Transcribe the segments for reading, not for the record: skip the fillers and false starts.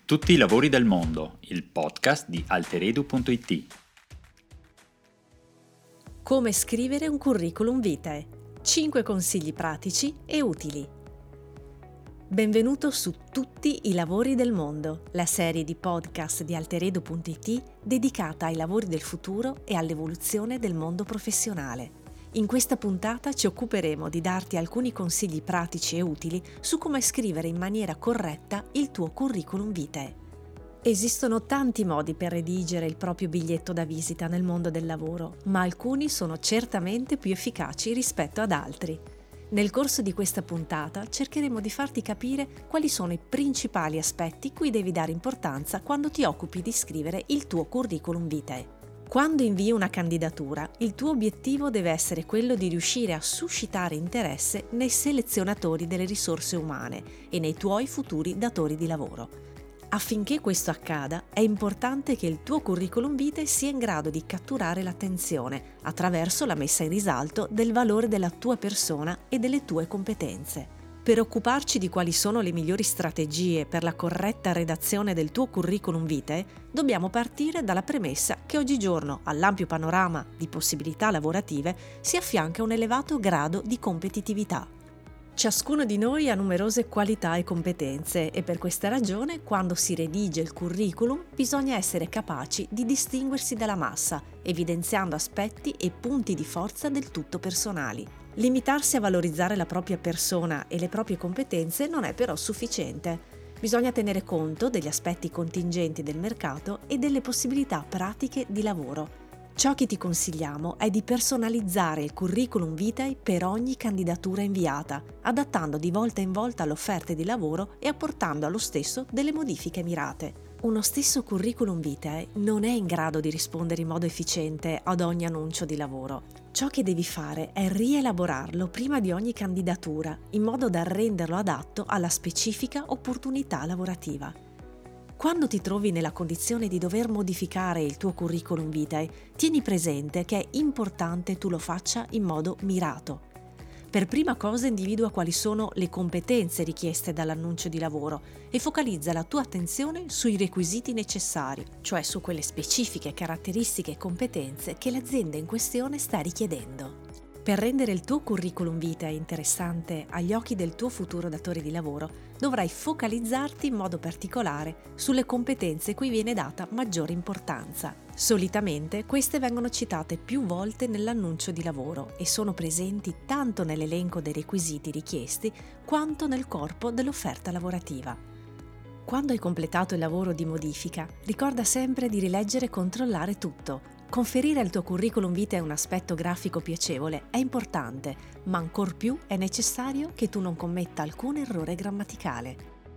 Tutti i lavori del mondo, il podcast di Alteredu.it. Come scrivere un curriculum vitae. 5 consigli pratici e utili. Benvenuto su Tutti i lavori del mondo, la serie di podcast di Alteredu.it dedicata ai lavori del futuro e all'evoluzione del mondo professionale. In questa puntata ci occuperemo di darti alcuni consigli pratici e utili su come scrivere in maniera corretta il tuo curriculum vitae. Esistono tanti modi per redigere il proprio biglietto da visita nel mondo del lavoro, ma alcuni sono certamente più efficaci rispetto ad altri. Nel corso di questa puntata cercheremo di farti capire quali sono i principali aspetti cui devi dare importanza quando ti occupi di scrivere il tuo curriculum vitae. Quando invii una candidatura, il tuo obiettivo deve essere quello di riuscire a suscitare interesse nei selezionatori delle risorse umane e nei tuoi futuri datori di lavoro. Affinché questo accada, è importante che il tuo curriculum vitae sia in grado di catturare l'attenzione attraverso la messa in risalto del valore della tua persona e delle tue competenze. Per occuparci di quali sono le migliori strategie per la corretta redazione del tuo curriculum vitae, dobbiamo partire dalla premessa che oggigiorno all'ampio panorama di possibilità lavorative si affianca un elevato grado di competitività. Ciascuno di noi ha numerose qualità e competenze e per questa ragione, quando si redige il curriculum, bisogna essere capaci di distinguersi dalla massa, evidenziando aspetti e punti di forza del tutto personali. Limitarsi a valorizzare la propria persona e le proprie competenze non è però sufficiente. Bisogna tenere conto degli aspetti contingenti del mercato e delle possibilità pratiche di lavoro. Ciò che ti consigliamo è di personalizzare il curriculum vitae per ogni candidatura inviata, adattando di volta in volta le offerte di lavoro e apportando allo stesso delle modifiche mirate. Uno stesso curriculum vitae non è in grado di rispondere in modo efficiente ad ogni annuncio di lavoro. Ciò che devi fare è rielaborarlo prima di ogni candidatura, in modo da renderlo adatto alla specifica opportunità lavorativa. Quando ti trovi nella condizione di dover modificare il tuo curriculum vitae, tieni presente che è importante tu lo faccia in modo mirato. Per prima cosa individua quali sono le competenze richieste dall'annuncio di lavoro e focalizza la tua attenzione sui requisiti necessari, cioè su quelle specifiche caratteristiche e competenze che l'azienda in questione sta richiedendo. Per rendere il tuo curriculum vitae interessante agli occhi del tuo futuro datore di lavoro, dovrai focalizzarti in modo particolare sulle competenze cui viene data maggiore importanza. Solitamente queste vengono citate più volte nell'annuncio di lavoro e sono presenti tanto nell'elenco dei requisiti richiesti quanto nel corpo dell'offerta lavorativa. Quando hai completato il lavoro di modifica, ricorda sempre di rileggere e controllare tutto. Conferire al tuo curriculum vitae un aspetto grafico piacevole è importante, ma ancor più è necessario che tu non commetta alcun errore grammaticale.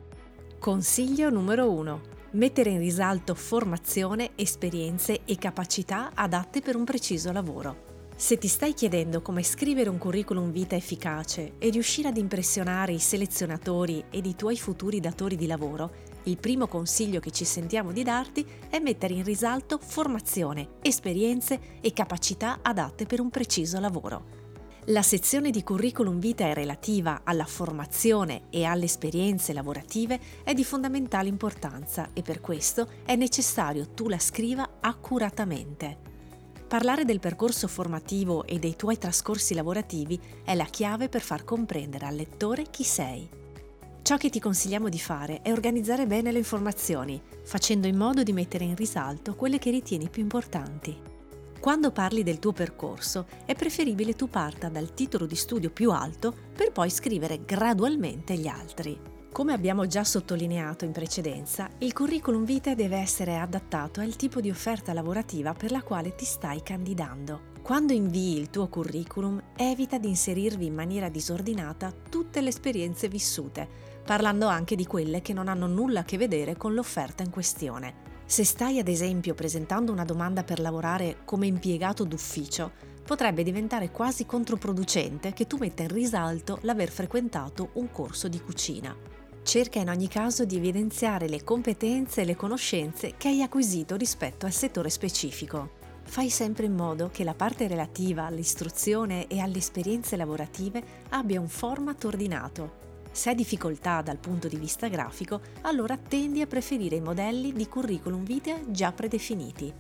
Consiglio numero 1. Mettere in risalto formazione, esperienze e capacità adatte per un preciso lavoro. Se ti stai chiedendo come scrivere un curriculum vitae efficace e riuscire ad impressionare i selezionatori ed i tuoi futuri datori di lavoro, il primo consiglio che ci sentiamo di darti è mettere in risalto formazione, esperienze e capacità adatte per un preciso lavoro. La sezione di curriculum vitae relativa alla formazione e alle esperienze lavorative è di fondamentale importanza e per questo è necessario tu la scriva accuratamente. Parlare del percorso formativo e dei tuoi trascorsi lavorativi è la chiave per far comprendere al lettore chi sei. Ciò che ti consigliamo di fare è organizzare bene le informazioni, facendo in modo di mettere in risalto quelle che ritieni più importanti. Quando parli del tuo percorso, è preferibile tu parta dal titolo di studio più alto per poi scrivere gradualmente gli altri. Come abbiamo già sottolineato in precedenza, il curriculum vitae deve essere adattato al tipo di offerta lavorativa per la quale ti stai candidando. Quando invii il tuo curriculum, evita di inserirvi in maniera disordinata tutte le esperienze vissute, parlando anche di quelle che non hanno nulla a che vedere con l'offerta in questione. Se stai ad esempio presentando una domanda per lavorare come impiegato d'ufficio, potrebbe diventare quasi controproducente che tu metta in risalto l'aver frequentato un corso di cucina. Cerca in ogni caso di evidenziare le competenze e le conoscenze che hai acquisito rispetto al settore specifico. Fai sempre in modo che la parte relativa all'istruzione e alle esperienze lavorative abbia un format ordinato. Se hai difficoltà dal punto di vista grafico, allora tendi a preferire i modelli di curriculum vitae già predefiniti.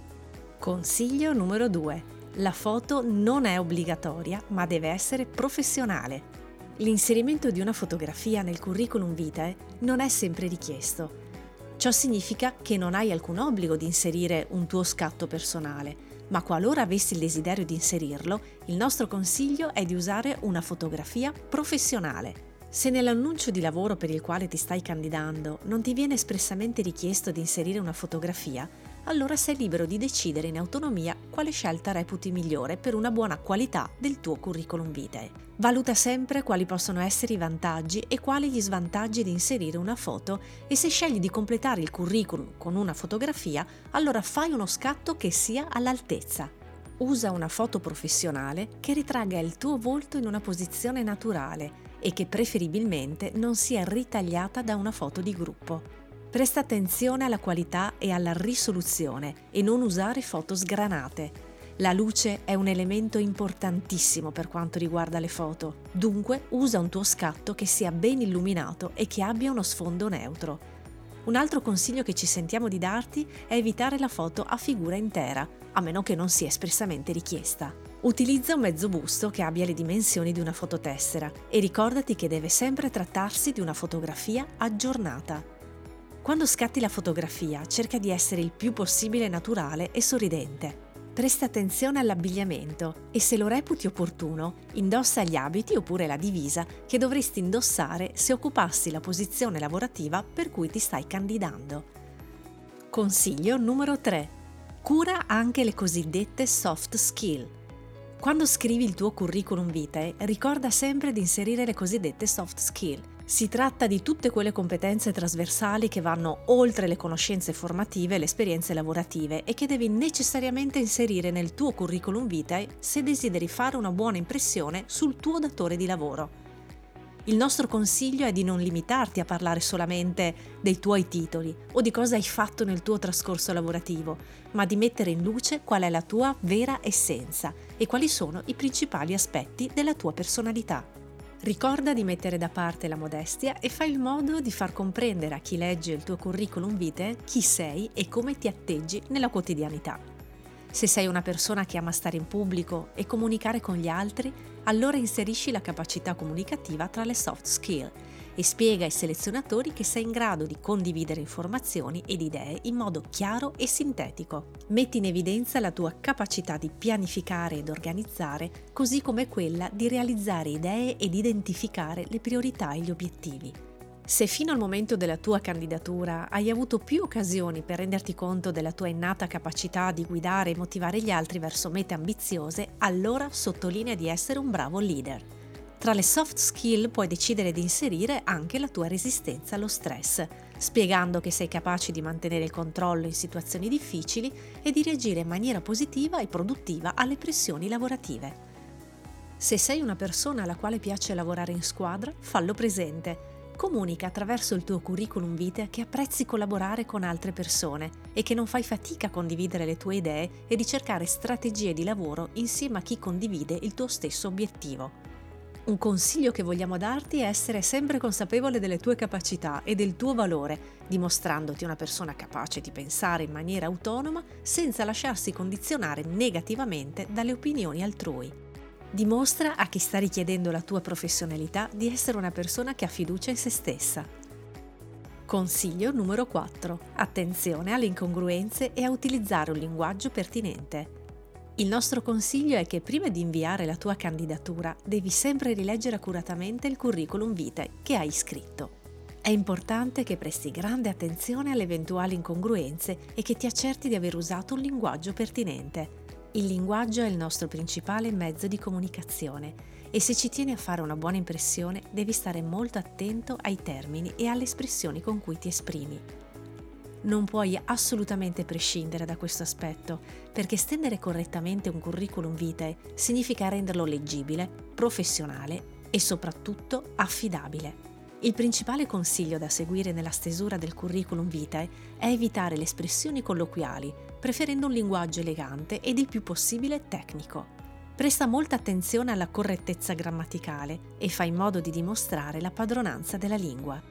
Consiglio numero 2. La foto non è obbligatoria, ma deve essere professionale. L'inserimento di una fotografia nel curriculum vitae non è sempre richiesto. Ciò significa che non hai alcun obbligo di inserire un tuo scatto personale, ma qualora avessi il desiderio di inserirlo, il nostro consiglio è di usare una fotografia professionale. Se nell'annuncio di lavoro per il quale ti stai candidando non ti viene espressamente richiesto di inserire una fotografia, allora sei libero di decidere in autonomia quale scelta reputi migliore per una buona qualità del tuo curriculum vitae. Valuta sempre quali possono essere i vantaggi e quali gli svantaggi di inserire una foto e se scegli di completare il curriculum con una fotografia, allora fai uno scatto che sia all'altezza. Usa una foto professionale che ritragga il tuo volto in una posizione naturale e che preferibilmente non sia ritagliata da una foto di gruppo. Presta attenzione alla qualità e alla risoluzione e non usare foto sgranate. La luce è un elemento importantissimo per quanto riguarda le foto, dunque usa un tuo scatto che sia ben illuminato e che abbia uno sfondo neutro. Un altro consiglio che ci sentiamo di darti è evitare la foto a figura intera, a meno che non sia espressamente richiesta. Utilizza un mezzo busto che abbia le dimensioni di una fototessera e ricordati che deve sempre trattarsi di una fotografia aggiornata. Quando scatti la fotografia, cerca di essere il più possibile naturale e sorridente. Presta attenzione all'abbigliamento e se lo reputi opportuno, indossa gli abiti oppure la divisa che dovresti indossare se occupassi la posizione lavorativa per cui ti stai candidando. Consiglio numero 3. Cura anche le cosiddette soft skill. Quando scrivi il tuo curriculum vitae, ricorda sempre di inserire le cosiddette soft skill. Si tratta di tutte quelle competenze trasversali che vanno oltre le conoscenze formative e le esperienze lavorative e che devi necessariamente inserire nel tuo curriculum vitae se desideri fare una buona impressione sul tuo datore di lavoro. Il nostro consiglio è di non limitarti a parlare solamente dei tuoi titoli o di cosa hai fatto nel tuo trascorso lavorativo, ma di mettere in luce qual è la tua vera essenza e quali sono i principali aspetti della tua personalità. Ricorda di mettere da parte la modestia e fai il modo di far comprendere a chi legge il tuo curriculum vitae chi sei e come ti atteggi nella quotidianità. Se sei una persona che ama stare in pubblico e comunicare con gli altri, allora inserisci la capacità comunicativa tra le soft skill e spiega ai selezionatori che sei in grado di condividere informazioni ed idee in modo chiaro e sintetico. Metti in evidenza la tua capacità di pianificare ed organizzare, così come quella di realizzare idee ed identificare le priorità e gli obiettivi. Se fino al momento della tua candidatura hai avuto più occasioni per renderti conto della tua innata capacità di guidare e motivare gli altri verso mete ambiziose, allora sottolinea di essere un bravo leader. Tra le soft skill puoi decidere di inserire anche la tua resistenza allo stress, spiegando che sei capace di mantenere il controllo in situazioni difficili e di reagire in maniera positiva e produttiva alle pressioni lavorative. Se sei una persona alla quale piace lavorare in squadra, fallo presente. Comunica attraverso il tuo curriculum vitae che apprezzi collaborare con altre persone e che non fai fatica a condividere le tue idee e di cercare strategie di lavoro insieme a chi condivide il tuo stesso obiettivo. Un consiglio che vogliamo darti è essere sempre consapevole delle tue capacità e del tuo valore, dimostrandoti una persona capace di pensare in maniera autonoma senza lasciarsi condizionare negativamente dalle opinioni altrui. Dimostra a chi sta richiedendo la tua professionalità di essere una persona che ha fiducia in se stessa. Consiglio numero 4. Attenzione alle incongruenze e a utilizzare un linguaggio pertinente. Il nostro consiglio è che prima di inviare la tua candidatura devi sempre rileggere accuratamente il curriculum vitae che hai scritto. È importante che presti grande attenzione alle eventuali incongruenze e che ti accerti di aver usato un linguaggio pertinente. Il linguaggio è il nostro principale mezzo di comunicazione e se ci tieni a fare una buona impressione devi stare molto attento ai termini e alle espressioni con cui ti esprimi. Non puoi assolutamente prescindere da questo aspetto, perché stendere correttamente un curriculum vitae significa renderlo leggibile, professionale e soprattutto affidabile. Il principale consiglio da seguire nella stesura del curriculum vitae è evitare le espressioni colloquiali, preferendo un linguaggio elegante ed il più possibile tecnico. Presta molta attenzione alla correttezza grammaticale e fai in modo di dimostrare la padronanza della lingua.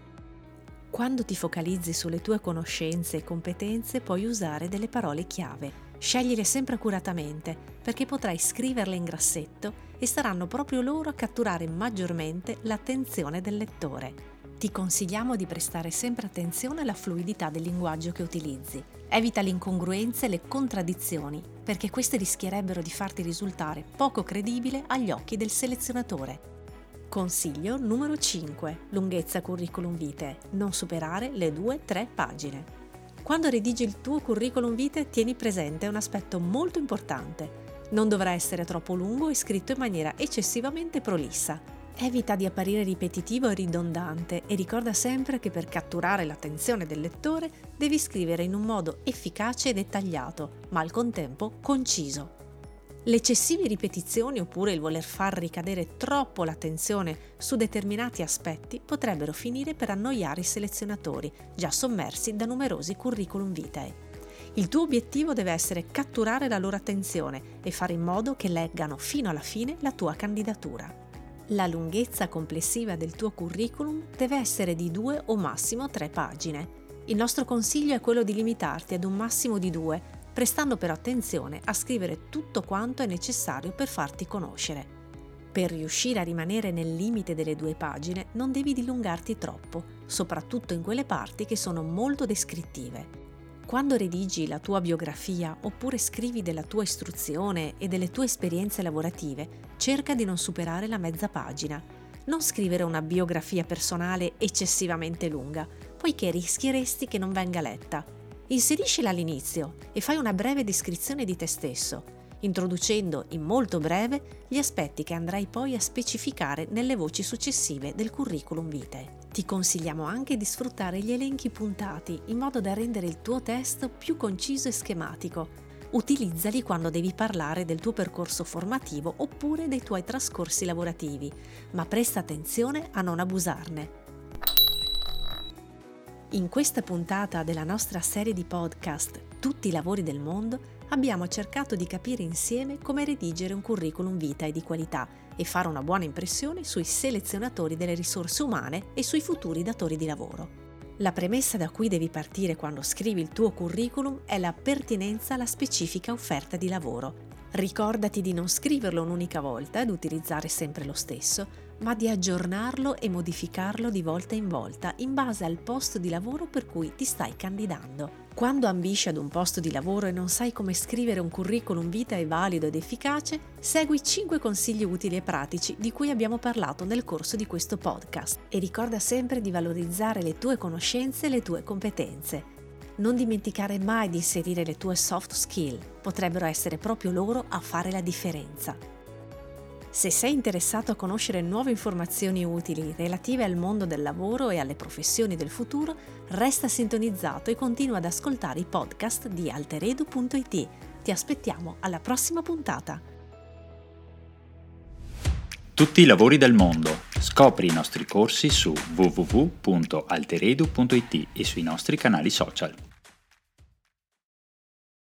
Quando ti focalizzi sulle tue conoscenze e competenze puoi usare delle parole chiave. Scegliile sempre accuratamente perché potrai scriverle in grassetto e saranno proprio loro a catturare maggiormente l'attenzione del lettore. Ti consigliamo di prestare sempre attenzione alla fluidità del linguaggio che utilizzi. Evita le incongruenze e le contraddizioni, perché queste rischierebbero di farti risultare poco credibile agli occhi del selezionatore. Consiglio numero 5. Lunghezza curriculum vitae. Non superare le 2-3 pagine. Quando redigi il tuo curriculum vitae, tieni presente un aspetto molto importante. Non dovrà essere troppo lungo e scritto in maniera eccessivamente prolissa. Evita di apparire ripetitivo e ridondante e ricorda sempre che per catturare l'attenzione del lettore devi scrivere in un modo efficace e dettagliato, ma al contempo conciso. Le eccessive ripetizioni oppure il voler far ricadere troppo l'attenzione su determinati aspetti potrebbero finire per annoiare i selezionatori, già sommersi da numerosi curriculum vitae. Il tuo obiettivo deve essere catturare la loro attenzione e fare in modo che leggano fino alla fine la tua candidatura. La lunghezza complessiva del tuo curriculum deve essere di 2 o massimo 3 pagine. Il nostro consiglio è quello di limitarti ad un massimo di 2, prestando però attenzione a scrivere tutto quanto è necessario per farti conoscere. Per riuscire a rimanere nel limite delle 2 pagine non devi dilungarti troppo, soprattutto in quelle parti che sono molto descrittive. Quando redigi la tua biografia oppure scrivi della tua istruzione e delle tue esperienze lavorative, cerca di non superare la mezza pagina. Non scrivere una biografia personale eccessivamente lunga, poiché rischieresti che non venga letta. Inseriscila all'inizio e fai una breve descrizione di te stesso, introducendo in molto breve gli aspetti che andrai poi a specificare nelle voci successive del curriculum vitae. Ti consigliamo anche di sfruttare gli elenchi puntati in modo da rendere il tuo testo più conciso e schematico. Utilizzali quando devi parlare del tuo percorso formativo oppure dei tuoi trascorsi lavorativi, ma presta attenzione a non abusarne. In questa puntata della nostra serie di podcast Tutti i lavori del mondo abbiamo cercato di capire insieme come redigere un curriculum vitae di qualità e fare una buona impressione sui selezionatori delle risorse umane e sui futuri datori di lavoro. La premessa da cui devi partire quando scrivi il tuo curriculum è la pertinenza alla specifica offerta di lavoro. Ricordati di non scriverlo un'unica volta ed utilizzare sempre lo stesso, ma di aggiornarlo e modificarlo di volta in volta in base al posto di lavoro per cui ti stai candidando. Quando ambisci ad un posto di lavoro e non sai come scrivere un curriculum vitae valido ed efficace, segui 5 consigli utili e pratici di cui abbiamo parlato nel corso di questo podcast e ricorda sempre di valorizzare le tue conoscenze e le tue competenze. Non dimenticare mai di inserire le tue soft skill, potrebbero essere proprio loro a fare la differenza. Se sei interessato a conoscere nuove informazioni utili relative al mondo del lavoro e alle professioni del futuro, resta sintonizzato e continua ad ascoltare i podcast di alteredu.it. Ti aspettiamo alla prossima puntata. Tutti i lavori del mondo. Scopri i nostri corsi su www.alteredu.it e sui nostri canali social.